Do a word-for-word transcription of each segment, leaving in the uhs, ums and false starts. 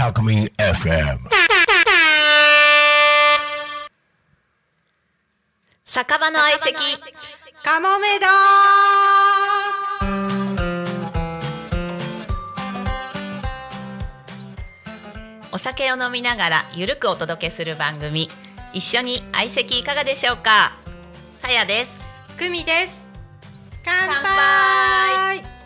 タクミン エフエム。 酒場の相席かもめ堂。 お酒を飲みながらゆるくお届けする番組、一緒に相席いかがでしょうか。さやです。 くみです。乾杯。 乾杯。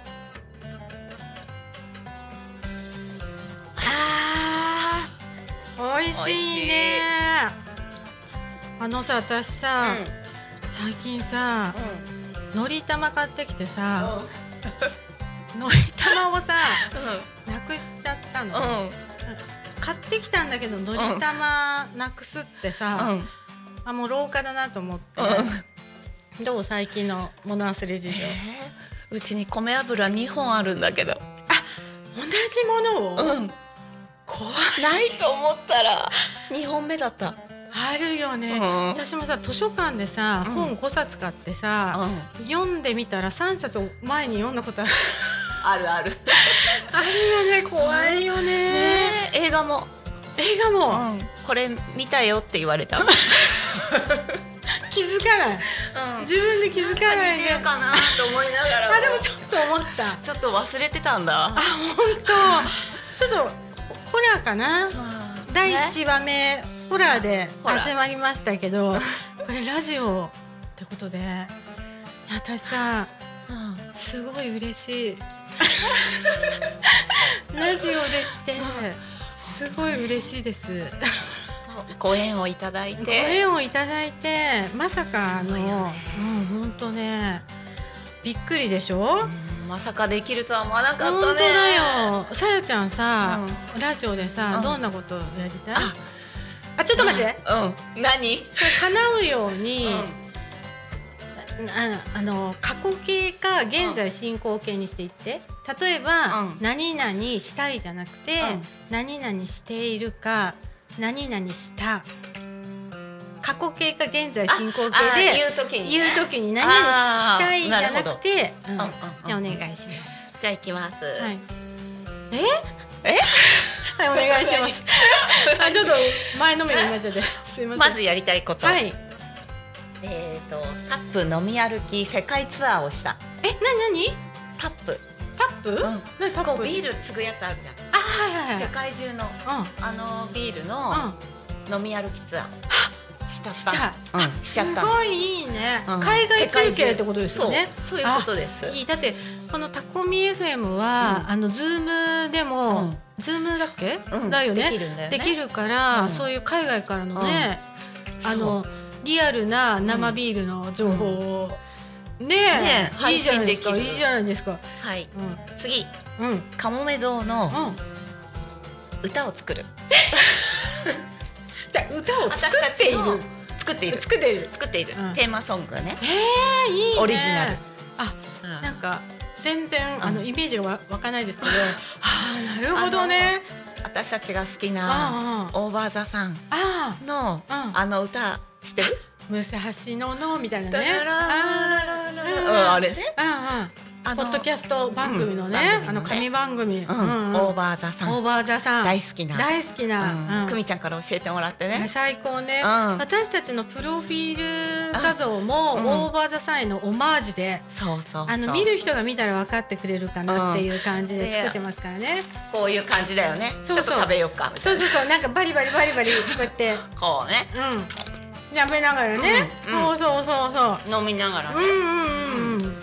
あー、美味しいね。あのさ、私さ、うん、最近さ、うん、のり玉買ってきてさ、うん、のり玉をさ、うん、なくしちゃったの、うん、買ってきたんだけどのり玉なくすってさ、うん、あ、もう廊下だなと思って、うん、どう最近の物忘れ事情。 えー、うちに米油にほんあるんだけど。あ、 同じものを、うん、怖い。 ないと思ったらにほんめだった。 あるよね、うん、私もさ図書館でさ、うん、本ごさつ買ってさ、うん、読んでみたらさんさつ前に読んだことあるあるあるあるよね。怖いよ ね, ね。映画も映画も、 うん、これ見たよって言われた気づかない、うん、自分で気づかないで似てるかなと思いながらあ、でもちょっと思ったちょっと忘れてたんだ。 あ、本当。ちょっとホラーかな、うん、だいいちわめホラーで始まりましたけど、これラジオってことで、いや私さ、うん、すごい嬉しいラジオできてすごい嬉しいですご縁をいただいてご縁をいただいて、まさかの、うん、ほんとね、びっくりでしょ、 うん、まさかできるとは思わなかったね。 ほんとだよ。さやちゃんさ、うん、ラジオでさ、うん、どんなことやりたい？ああ、ちょっと待って、 うん、何？ 叶うように、うん、あ, あの過去形か現在進行形にしていって、例えば、うん、何々したいじゃなくて、うん、何々しているか何々した過去形か現在進行形で言うときに、ね、 言うときに何々したいじゃなくて、うんうんうん、じゃあお願いします。 じゃあ行きます、はい、 ええはい、お願いしますあ、ちょっと前のめりになっちゃってすいません。 まずやりたいこと、はい、えーとタップ飲み歩き世界ツアーをした。 え、なになに？ タップタップ？うん、 何タップ？こうビール継ぐやつあるじゃん。 あ、はいはいはい。 世界中の、うん、あのビールの飲み歩きツアー、うん、したした、うん、しちゃった。 すごいいいね、うん、海外中継ってことですよね。 そう、そういうことです。 いい。だってこのタコミ エフエム は、うん、あのズームでも、うん、ズームだっけ、うん、だよね。できるんだよね。できるから、うん、そういう海外からのね、うん、あのリアルな生ビールの情報を、うん、ねえ、ねえ、配信できる。いいじゃないですか。 はい、うん、次、うん、かもめ堂の歌を作る、 うん、じゃあ歌を作っている作っている作っている作っている、うん、テーマソングね。 えー、いいね。 オリジナル。 あ、うん、なんか全然、うん、あのイメージが湧かないですけどはあ、なるほどね。 私たちが好きなオーバーザさんの あ, あの歌知ってる？ 武蔵野のみたいなね。 あ, あれね、 うんうん、ポッドキャスト番組のね、うん、あの神番組、うんうんうん、オーバーザさん、 オーバーザさん大好きな大好きな、 うんうん、久美ちゃんから教えてもらってね。 最高ね、うん、私たちのプロフィール画像も、うん、オーバーザさんへのオマージュで、 そうそうそう、 あの見る人が見たら分かってくれるかなっていう感じで作ってますからね、 うん、こういう感じだよね。そうそう、ちょっと食べようかみたいな。そうそうそう、なんかバリバリバリバリこうやってこうね、 うん、食べながらね、うんうん、そうそうそうそう、 飲みながらね、 うんうんうん、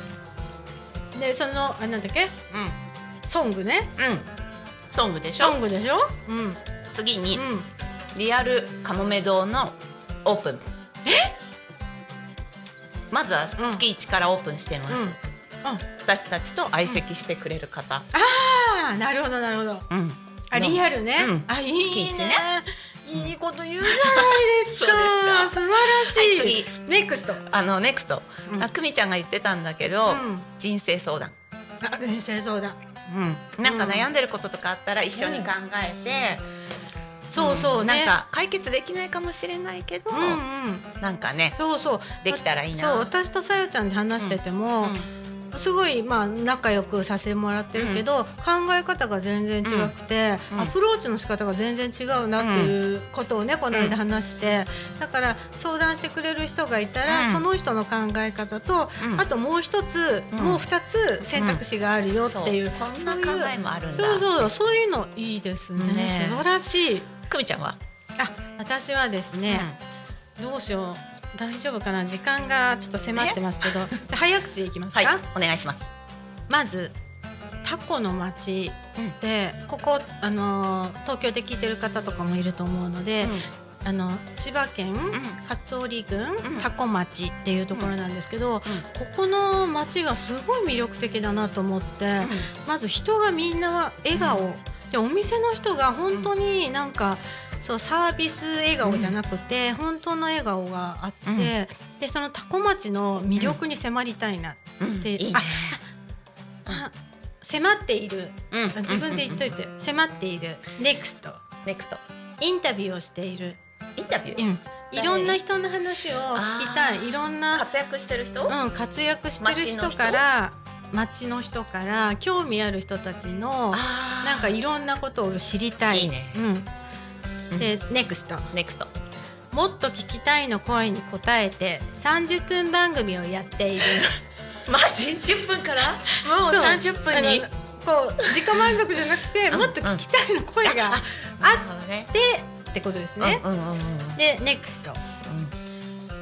でそのあなんだっけ、うん、ソングね、うん、 ソングでしょ、 ソングでしょ、うん、 次に、うん、リアルかもめ堂のオープン。 え、 まずは月いちからオープンしてます、うんうん、私たちと相席してくれる方、うん、 ああ、なるほどなるほど、うん、あ、リアルね、うん、あ、いいね、 月いちね、 いいこと言うじゃないですか素晴らしい、 はい、次ネクスト、 あのネクスト、うん、あ、久美ちゃんが言ってたんだけど、うん、人生相談。 あ、人生相談、 うん、なんか悩んでることとかあったら一緒に考えて、 うん、そうそうね、 なんか解決できないかもしれないけど、うんうん、なんかね、 そうそうできたらいいな。 そう、私とさやちゃんで話してても、うんうん、 すごいまあ仲良くさせてもらってるけど、うん、考え方が全然違くて、うん、アプローチの仕方が全然違うなっていうことをね、この間話して、うん、だから相談してくれる人がいたら、うん、その人の考え方と、うん、あともう一つ、うん、もう二つ選択肢があるよっていう、うん、 こんな考えもあるんだ。 そうそうそういうのいいですね、ね、素晴らしい。 久美ちゃんは？ あ、私はですね、うん、どうしよう、大丈夫かな、時間がちょっと迫ってますけど、じゃ早口でいきますか。 はい、お願いします。 まずタコの町で、うん、ここあの東京で聞いてる方とかもいると思うので、うん、あの千葉県香取郡、うん、タコ町っていうところなんですけど、うん、ここの町がすごい魅力的だなと思って、うん、まず人がみんな笑顔、うん、でお店の人が本当になんか、うん、そうサービス笑顔じゃなくて、うん、本当の笑顔があって、うん、でそのタコ町の魅力に迫りたいなって、うんうん、いいね、ああ迫っている、うん、自分で言っといて、うん、迫っているネクストネクストインタビューをしている、 インタビュー、 うん、いろんな人の話を聞きたい、いろんな活躍してる人、 うん、活躍してる人から町の人から興味ある人たちのなんかいろんなことを知りたい。 いいね、 うん、で、うん、ネクストネクストもっと聞きたいの声に応えてさんじゅっぷん番組をやっているマジじゅっぷんからもうさんじゅっぷんにこう自己満足じゃなくて、うん、もっと聞きたいの声があって、うん、ってことですね、うんうんうんうん、でネクスト、うん、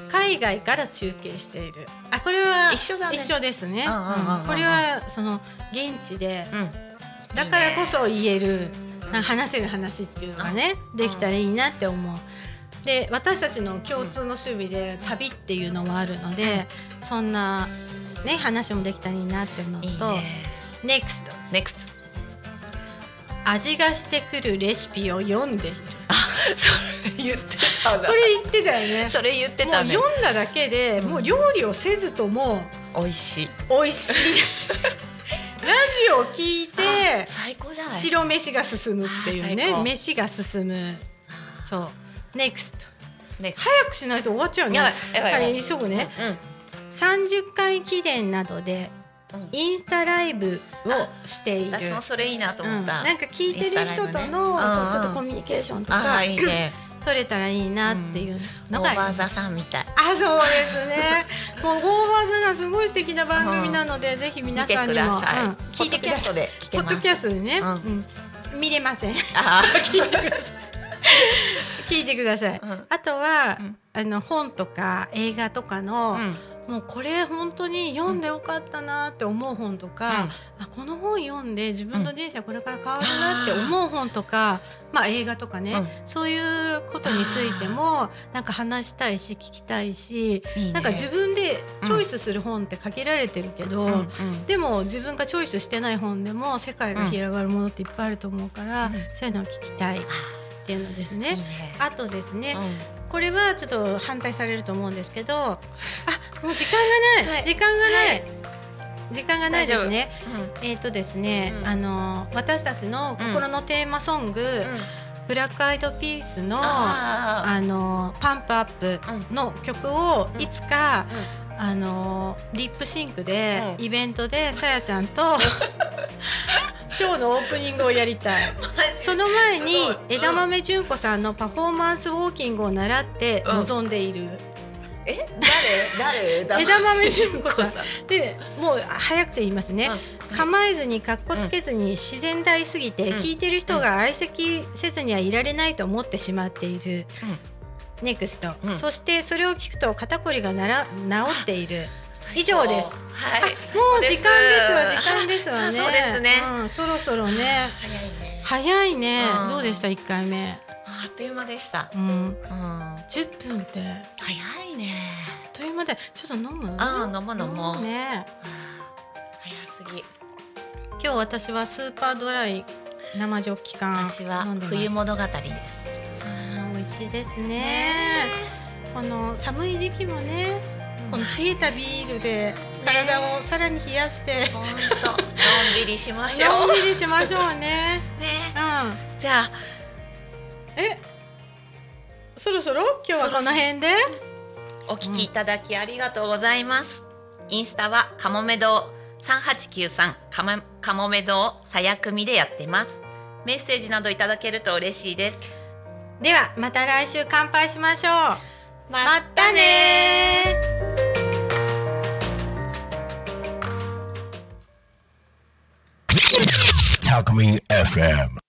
海外から中継している、あ、これは一緒だね、 一緒ですね、うんうんうん、これはその現地で、うん、だからこそ言える、いいね、話せる話っていうのがね、うん、できたらいいなって思う。で私たちの共通の趣味で旅っていうのもあるので、うん、そんな、ね、話もできたらいいなっていうのと、いいね、ネクストネクスト味がしてくるレシピを読んでいる。 あ、それ言ってたな。 これ言ってたよね。 それ言ってたね。 もう読んだだけで、うん、もう料理をせずとも美味しい美味しいラジオを聞いて最高じゃない、 白飯が進むっていうね、飯が進む。そうネクスト、早くしないと終わっちゃうね。 やばいやばいやばい、 はい、急ぐね、うんうん、さんじゅっかい記念などでインスタライブをしている。 私もそれいいなと思った、 うん、なんか聞いてる人との、ね、そうちょっとコミュニケーションとか、いいね、取れたらいいなっていうのが、 うん、オーバーザさんみたい。 あ、そうですねもうオーバーザさんすごい素敵な番組なので、うん、ぜひ皆さんにも、うん、聞いてください。ポッドキャストでね、うんうん、見れませんあ聞いてください聞いてください、うん、あとは、うん、あの本とか映画とかの、うん、もうこれ本当に読んでよかったなって思う本とか、うん、あこの本読んで自分の人生これから変わるなって思う本とか、うん、まあ映画とかね、うん、そういうことについてもなんか話したいし聞きたいし、いいね、なんか自分でチョイスする本って限られてるけど、うん、でも自分がチョイスしてない本でも世界が広がるものっていっぱいあると思うから、うん、そういうのを聞きたいっていうのですね。いいね。あとですね、うん、これはちょっと反対されると思うんですけど、あ、もう時間がない、はい、時間がない、はい、時間がないですね、うん、えっ、ー、とですね、うん、あの私たちの心のテーマソング、うん、ブラックアイドピースの、ああのパンプアップの曲をいつか、うんうん、あのリップシンクで、うん、イベントでさやちゃんとショーのオープニングをやりたいその前に枝豆純子さんのパフォーマンスウォーキングを習って臨んでいる、うん、 え誰誰枝豆純子さんで、もう早口言いますね、うん、構えずにかっこつけずに自然体すぎて、うん、聞いてる人が相席せずにはいられないと思ってしまっている、うん、ネクスト、うん、そしてそれを聞くと肩こりがなら治っている。以上です。はい。もう時間ですわ、時間ですわね。 そうですね、 うん。そろそろね。 早いね。 早いね。うん、どうでしたいっかいめ。 あっという間でした。 うん。うん、じゅっぷんって早いね。 あっという間で、ちょっと飲む？ ああ、飲む飲む。 うん、ね。 早すぎ。 今日私はスーパードライ生ジョッキ缶飲んでます。 私は冬物語です。 ああ、美味しいですね。この寒い時期もね。この冷えたビールで体をさらに冷やして、 本当、のんびりしましょう。 のんびりしましょうね。ね、 うん。じゃあ、 え、そろそろ今日はこの辺でお聞きいただきありがとうございます。うん、インスタはかもめ堂、 さんはちきゅうさんかも、かもめ堂さや組でやってます。メッセージなどいただけると嬉しいです。 ではまた来週乾杯しましょう。 またね。 タクミ エフエム